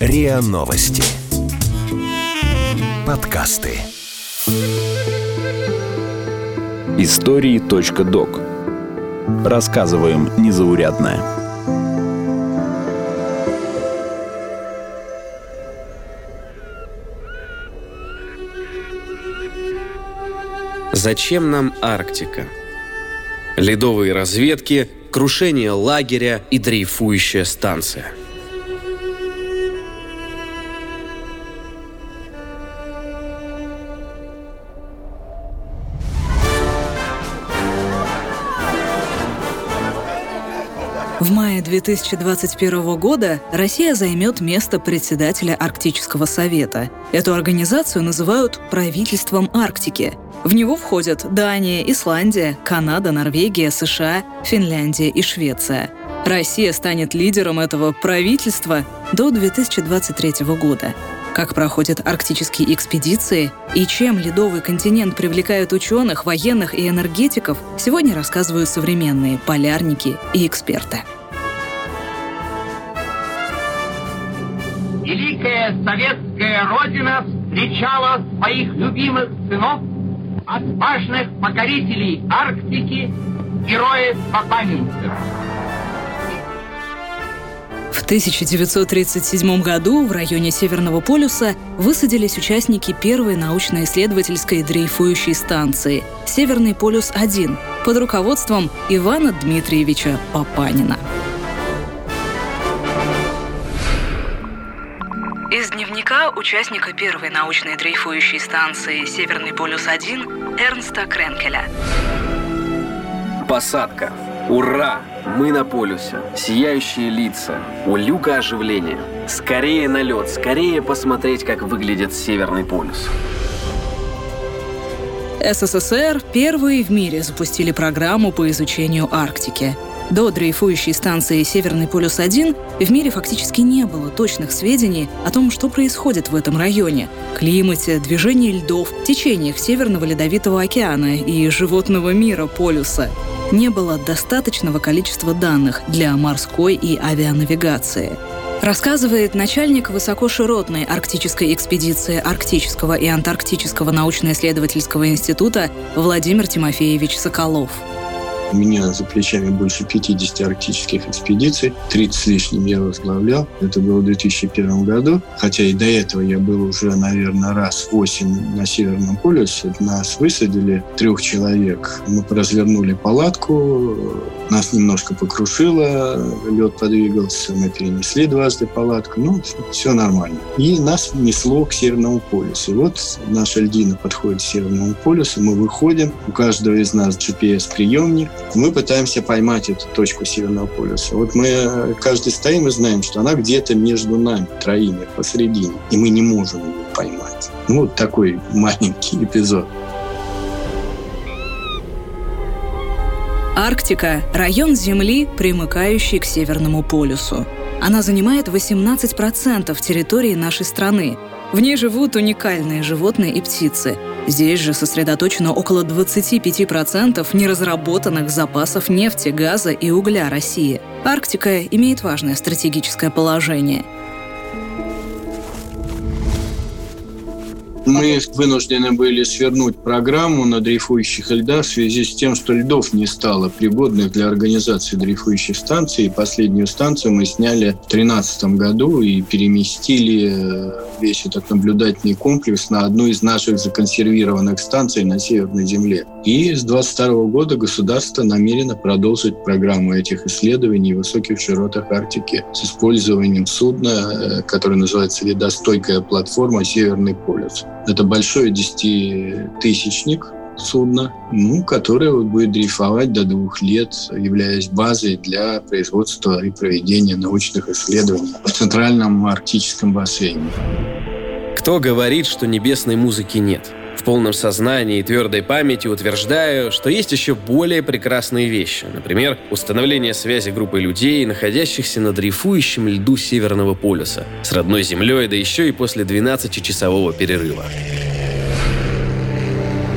РИА Новости. Подкасты. Истории.док. Рассказываем незаурядное. Зачем нам Арктика? Ледовые разведки, крушение лагеря и дрейфующая станция. В мае 2021 года Россия займет место председателя Арктического совета. Эту организацию называют «правительством Арктики». В него входят Дания, Исландия, Канада, Норвегия, США, Финляндия и Швеция. Россия станет лидером этого правительства до 2023 года. Как проходят арктические экспедиции и чем ледовый континент привлекает ученых, военных и энергетиков, сегодня рассказывают современные полярники и эксперты. Великая советская Родина встречала своих любимых сынов, отважных покорителей Арктики, героев-попаданцев. В 1937 году в районе Северного полюса высадились участники первой научно-исследовательской дрейфующей станции «Северный полюс-1» под руководством Ивана Дмитриевича Папанина. Из дневника участника первой научной дрейфующей станции «Северный полюс-1» Эрнста Кренкеля. Посадка. Ура! Мы на полюсе. Сияющие лица. У люка оживление. Скорее на лед, скорее посмотреть, как выглядит Северный полюс. СССР первые в мире запустили программу по изучению Арктики. До дрейфующей станции «Северный полюс-1» в мире фактически не было точных сведений о том, что происходит в этом районе – климате, движении льдов, течениях Северного Ледовитого океана и животного мира полюса. Не было достаточного количества данных для морской и авианавигации. Рассказывает начальник высокоширотной арктической экспедиции Арктического и Антарктического научно-исследовательского института Владимир Тимофеевич Соколов. У меня за плечами больше 50 арктических экспедиций, 30 с лишним я возглавлял. Это было в 2001 году. Хотя и до этого я был уже, наверное, раз 8 на Северном полюсе. Нас высадили 3 человек. Мы развернули палатку, нас немножко покрушило, лед подвигался, мы перенесли дважды палатку. Все нормально. И нас несло к Северному полюсу. И вот наша льдина подходит к Северному полюсу, мы выходим, у каждого из нас GPS-приемник. Мы пытаемся поймать эту точку Северного полюса. Вот мы каждый стоим и знаем, что она где-то между нами, троими, посередине. И мы не можем ее поймать. Вот такой маленький эпизод. Арктика – район Земли, примыкающий к Северному полюсу. Она занимает 18% территории нашей страны. В ней живут уникальные животные и птицы. Здесь же сосредоточено около 25% неразработанных запасов нефти, газа и угля России. Арктика имеет важное стратегическое положение. Мы вынуждены были свернуть программу на дрейфующих льдах в связи с тем, что льдов не стало пригодных для организации дрейфующих станций. Последнюю станцию мы сняли в 2013 году и переместили весь этот наблюдательный комплекс на одну из наших законсервированных станций на Северной Земле. И с 2022 года государство намерено продолжить программу этих исследований в высоких широтах Арктики с использованием судна, которое называется «Ледостойкая платформа Северный полюс». Это большой 10-тысячник судно, которое будет дрейфовать до 2 лет, являясь базой для производства и проведения научных исследований в Центральном арктическом бассейне. Кто говорит, что небесной музыки нет? В полном сознании и твердой памяти утверждаю, что есть еще более прекрасные вещи. Например, установление связи группы людей, находящихся на дрейфующем льду Северного полюса, с родной землей, да еще и после 12-часового перерыва. В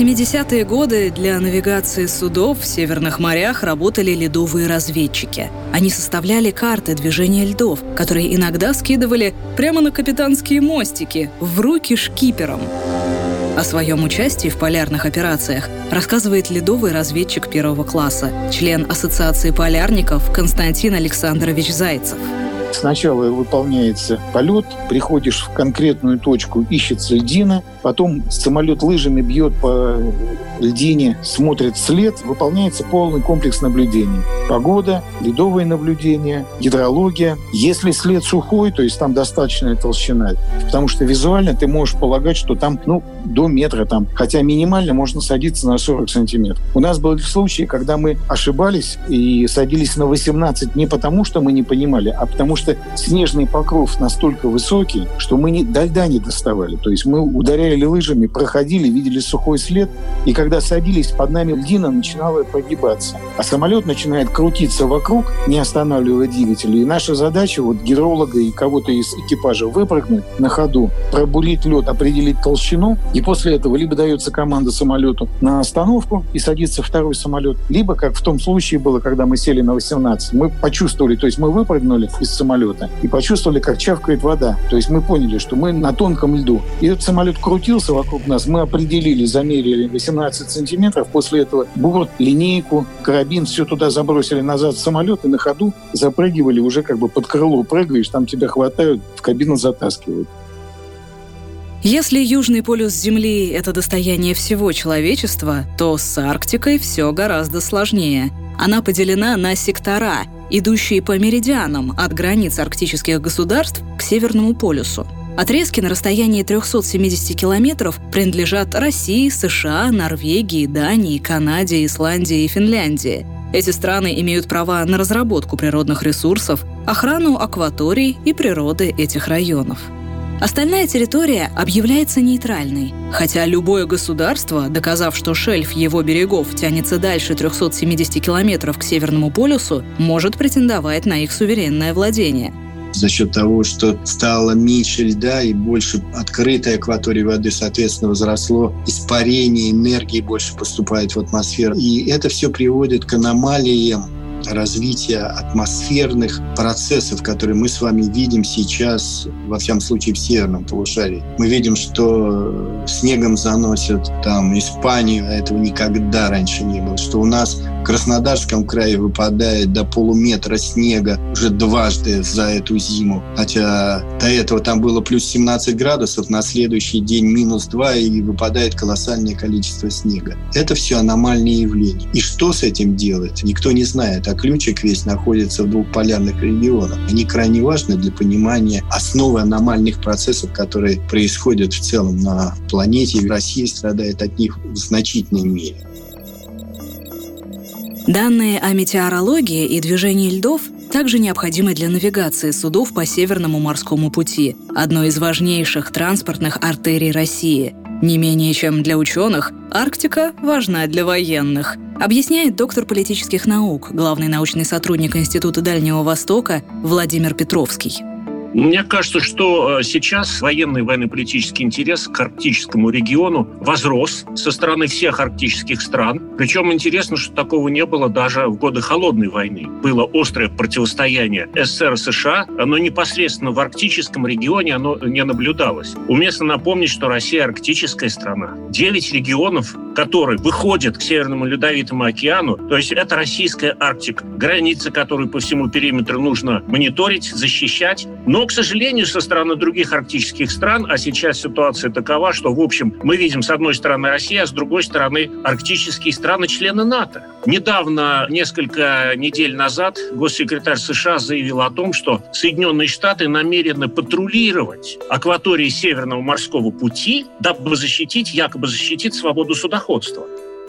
В 70-е годы для навигации судов в северных морях работали ледовые разведчики. Они составляли карты движения льдов, которые иногда скидывали прямо на капитанские мостики, в руки шкиперам. О своем участии в полярных операциях рассказывает ледовый разведчик первого класса, член Ассоциации полярников Константин Александрович Зайцев. Сначала выполняется полет, приходишь в конкретную точку, ищется льдина, потом самолет лыжами бьет по льдине, смотрит след, выполняется полный комплекс наблюдений. Погода, ледовые наблюдения, гидрология. Если след сухой, то есть там достаточная толщина, потому что визуально ты можешь полагать, что там до метра, хотя минимально можно садиться на 40 сантиметров. У нас были случаи, когда мы ошибались и садились на 18 не потому, что мы не понимали, а потому что снежный покров настолько высокий, что мы до льда не доставали. То есть мы ударяли лыжами, проходили, видели сухой след, и когда садились, под нами льдина начинала прогибаться. А самолет начинает крутиться вокруг, не останавливая двигатели. И наша задача, гидролога и кого-то из экипажа, выпрыгнуть на ходу, пробурить лед, определить толщину, и после этого либо дается команда самолету на остановку и садится второй самолет, либо, как в том случае было, когда мы сели на 18, мы почувствовали, то есть мы выпрыгнули из самолета и почувствовали, как чавкает вода. То есть мы поняли, что мы на тонком льду. И этот самолет крутился вокруг нас, мы определили, замерили 18 сантиметров, после этого борт, линейку, карабин, все туда забросили назад в самолет и на ходу запрыгивали, уже под крыло прыгаешь, там тебя хватают, в кабину затаскивают. Если Южный полюс Земли — это достояние всего человечества, то с Арктикой все гораздо сложнее. Она поделена на сектора, идущие по меридианам от границ арктических государств к Северному полюсу. Отрезки на расстоянии 370 километров принадлежат России, США, Норвегии, Дании, Канаде, Исландии и Финляндии. Эти страны имеют права на разработку природных ресурсов, охрану акваторий и природы этих районов. Остальная территория объявляется нейтральной, хотя любое государство, доказав, что шельф его берегов тянется дальше 370 километров к Северному полюсу, может претендовать на их суверенное владение. За счет того, что стало меньше льда и больше открытой акватории воды, соответственно, возросло испарение, энергии больше поступает в атмосферу. И это все приводит к аномалиям развития атмосферных процессов, которые мы с вами видим сейчас, во всяком случае, в северном полушарии. Мы видим, что снегом заносят Испанию, а этого никогда раньше не было, что у нас в Краснодарском крае выпадает до полуметра снега уже дважды за эту зиму. Хотя до этого там было плюс 17 градусов, на следующий день минус 2, и выпадает колоссальное количество снега. Это все аномальные явления. И что с этим делать, никто не знает. А ключик весь находится в двух полярных регионах. Они крайне важны для понимания основы аномальных процессов, которые происходят в целом на планете. И Россия страдает от них в значительной мере. Данные о метеорологии и движении льдов также необходимы для навигации судов по Северному морскому пути, одной из важнейших транспортных артерий России. Не менее чем для ученых, Арктика важна для военных, объясняет доктор политических наук, главный научный сотрудник Института Дальнего Востока Владимир Петровский. Мне кажется, что сейчас военный военно-политический интерес к арктическому региону возрос со стороны всех арктических стран. Причем интересно, что такого не было даже в годы Холодной войны. Было острое противостояние СССР и США, но непосредственно в арктическом регионе оно не наблюдалось. Уместно напомнить, что Россия арктическая страна. 9 регионов, которые выходят к Северному Ледовитому океану, то есть это российская Арктика, границы которой по всему периметру нужно мониторить, защищать. Но, к сожалению, со стороны других арктических стран, а сейчас ситуация такова, что, в общем, мы видим с одной стороны Россию, а с другой стороны арктические страны-члены НАТО. Недавно, несколько недель назад, госсекретарь США заявил о том, что Соединенные Штаты намерены патрулировать акватории Северного морского пути, дабы якобы защитить свободу судоходства.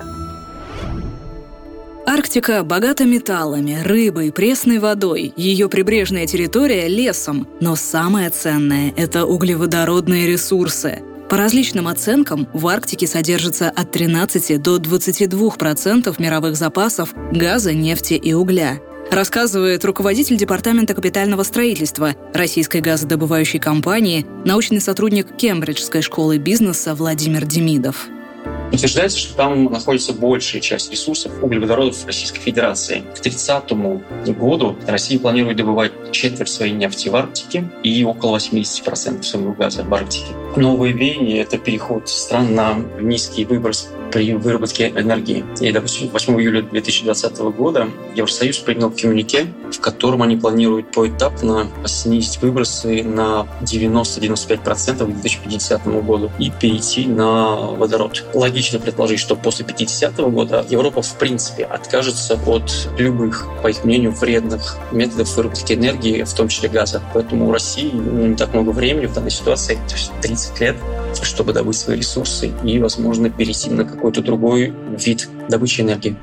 Арктика богата металлами, рыбой, пресной водой, ее прибрежная территория – лесом. Но самое ценное – это углеводородные ресурсы. По различным оценкам, в Арктике содержится от 13 до 22% мировых запасов газа, нефти и угля. Рассказывает руководитель Департамента капитального строительства российской газодобывающей компании, научный сотрудник Кембриджской школы бизнеса Владимир Демидов. Утверждается, что там находится большая часть ресурсов углеводородов Российской Федерации. К 30 году Россия планирует добывать четверть своей нефти в Арктике и около 80% своего газа в Арктике. Новые веяния — это переход стран на низкий выброс при выработке энергии. И, допустим, 8 июля 2020 года Евросоюз принял коммюнике, в котором они планируют поэтапно снизить выбросы на 90-95% к 2050 году и перейти на водород. Логично предположить, что после 50 года Европа в принципе откажется от любых, по их мнению, вредных методов выработки энергии, в том числе газа. Поэтому у России не так много времени в данной ситуации, то есть 30 лет, чтобы добыть свои ресурсы и, возможно, перейти на какой-то другой вид добычи энергии.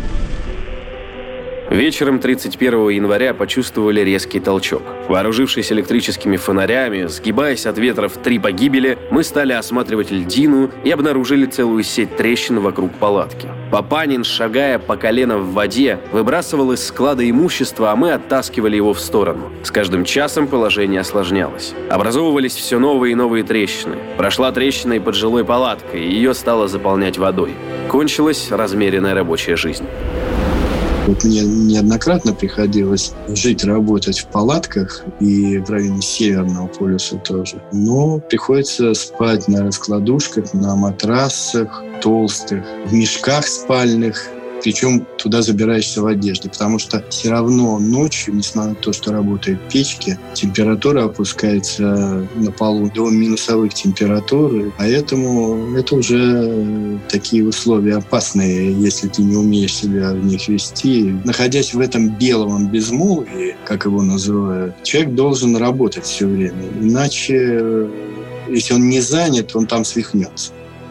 Вечером 31 января почувствовали резкий толчок. Вооружившись электрическими фонарями, сгибаясь от ветра в 3 погибели, мы стали осматривать льдину и обнаружили целую сеть трещин вокруг палатки. Папанин, шагая по колено в воде, выбрасывал из склада имущество, а мы оттаскивали его в сторону. С каждым часом положение осложнялось. Образовывались все новые и новые трещины. Прошла трещина и под жилой палаткой, и ее стало заполнять водой. Кончилась размеренная рабочая жизнь. Вот мне неоднократно приходилось жить, работать в палатках и в районе Северного полюса тоже. Но приходится спать на раскладушках, на матрасах толстых, в мешках спальных. Причем туда забираешься в одежде, потому что все равно ночью, несмотря на то, что работают печки, температура опускается на полу до минусовых температур, поэтому это уже такие условия опасные, если ты не умеешь себя в них вести. Находясь в этом белом безмолвии, как его называют, человек должен работать все время, иначе, если он не занят, он там свихнется.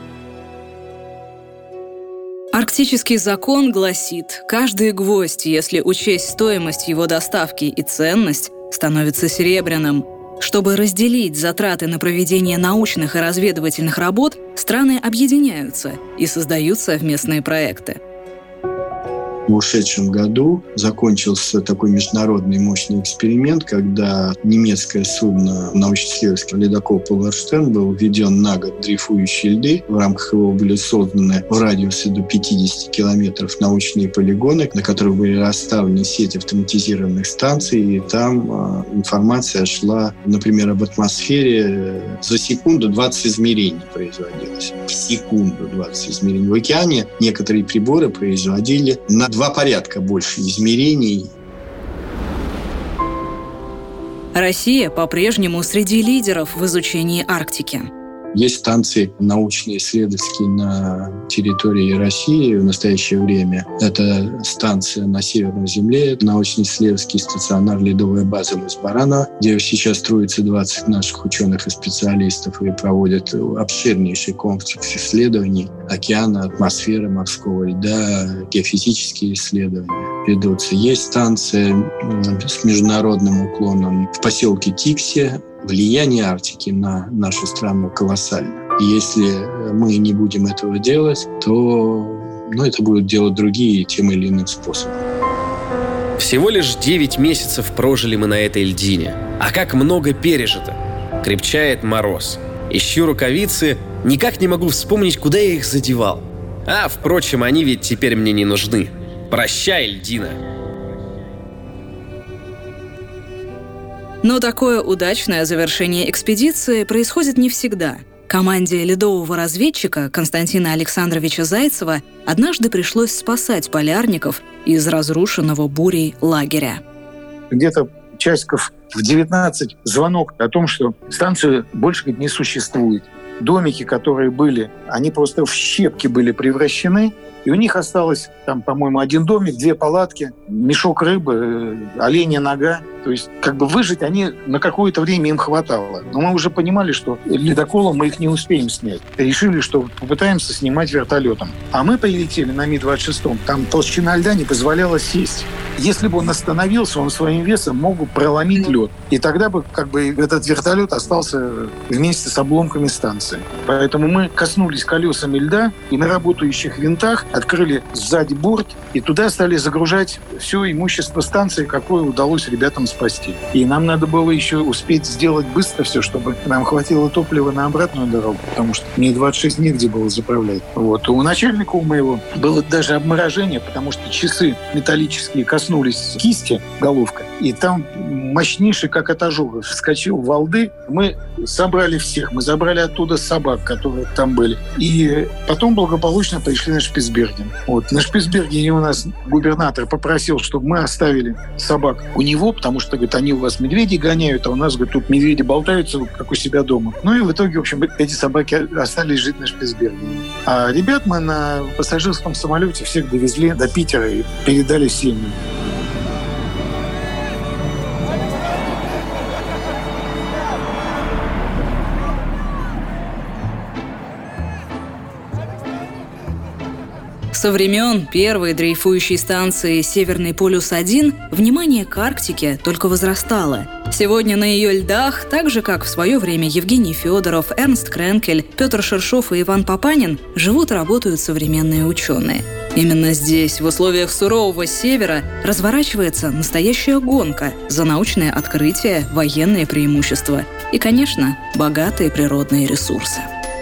Арктический закон гласит, каждый гвоздь, если учесть стоимость его доставки и ценность, становится серебряным. Чтобы разделить затраты на проведение научных и разведывательных работ, страны объединяются и создают совместные проекты. В ушедшем году закончился такой международный мощный эксперимент, когда немецкое судно научно-исследовательского ледокола «Поларштерн» был введен на год в дрейфующие льды. В рамках его были созданы в радиусе до 50 километров научные полигоны, на которых были расставлены сеть автоматизированных станций. И там информация шла, например, об атмосфере. За секунду 20 измерений производилось. В секунду 20 измерений. В океане некоторые приборы производили на 2 порядка больше измерений. Россия по-прежнему среди лидеров в изучении Арктики. Есть станции научно-исследовательские на территории России в настоящее время. Это станция на Северной Земле, научно-исследовательский стационар «Ледовая база» Мыс-Баранова, где сейчас трудятся 20 наших ученых и специалистов и проводят обширнейший комплекс исследований океана, атмосферы, морского льда, геофизические исследования ведутся. Есть станция с международным уклоном в поселке Тикси. Влияние Арктики на нашу страну колоссально. И если мы не будем этого делать, то это будут делать другие тем или иным способом. Всего лишь 9 месяцев прожили мы на этой льдине. А как много пережито. Крепчает мороз. Ищу рукавицы, никак не могу вспомнить, куда я их задевал. А, впрочем, они ведь теперь мне не нужны. Прощай, льдина. Но такое удачное завершение экспедиции происходит не всегда. Команде ледового разведчика Константина Александровича Зайцева однажды пришлось спасать полярников из разрушенного бурей лагеря. Где-то часиков в 19 звонок о том, что станции больше не существует. Домики, которые были, они просто в щепки были превращены. И у них осталось там, по-моему, 1 домик, 2 палатки, мешок рыбы, оленя нога. То есть выжить они на какое-то время им хватало. Но мы уже понимали, что ледоколом мы их не успеем снять. Решили, что попытаемся снимать вертолетом. А мы прилетели на Ми-26. Там толщина льда не позволяла сесть. Если бы он остановился, он своим весом мог бы проломить лед. И тогда бы этот вертолет остался вместе с обломками станции. Поэтому мы коснулись колесами льда и на работающих винтах открыли сзади борт и туда стали загружать все имущество станции, какое удалось ребятам спасти. спасти. И нам надо было еще успеть сделать быстро все, чтобы нам хватило топлива на обратную дорогу, потому что Ми-26 негде было заправлять. Вот. У начальника у моего было даже обморожение, потому что часы металлические коснулись кисти, головка, и там мощнейший, как от ожога, вскочил в волды. Мы собрали всех, мы забрали оттуда собак, которые там были. И потом благополучно пришли на Шпицберген. Вот. На Шпицбергене у нас губернатор попросил, чтобы мы оставили собак у него, потому что, говорит, они у вас медведей гоняют, а у нас, говорит, тут медведи болтаются, как у себя дома. Ну и в итоге, в общем, эти собаки остались жить на Шпицбергене. А ребят мы на пассажирском самолете всех довезли до Питера и передали семьям. Со времен первой дрейфующей станции «Северный полюс-1» внимание к Арктике только возрастало. Сегодня на ее льдах, так же, как в свое время Евгений Федоров, Эрнст Кренкель, Петр Шершов и Иван Папанин, живут и работают современные ученые. Именно здесь, в условиях сурового севера, разворачивается настоящая гонка за научные открытия, военные преимущества и, конечно, богатые природные ресурсы.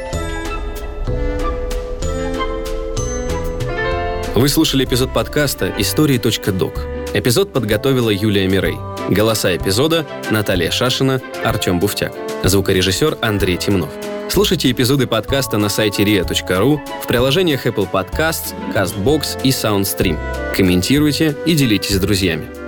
Вы слушали эпизод подкаста «Истории.док». Эпизод подготовила Юлия Мирей. Голоса эпизода — Наталья Шашина, Артем Буфтяк. Звукорежиссер Андрей Темнов. Слушайте эпизоды подкаста на сайте ria.ru, в приложениях Apple Podcasts, CastBox и SoundStream. Комментируйте и делитесь с друзьями.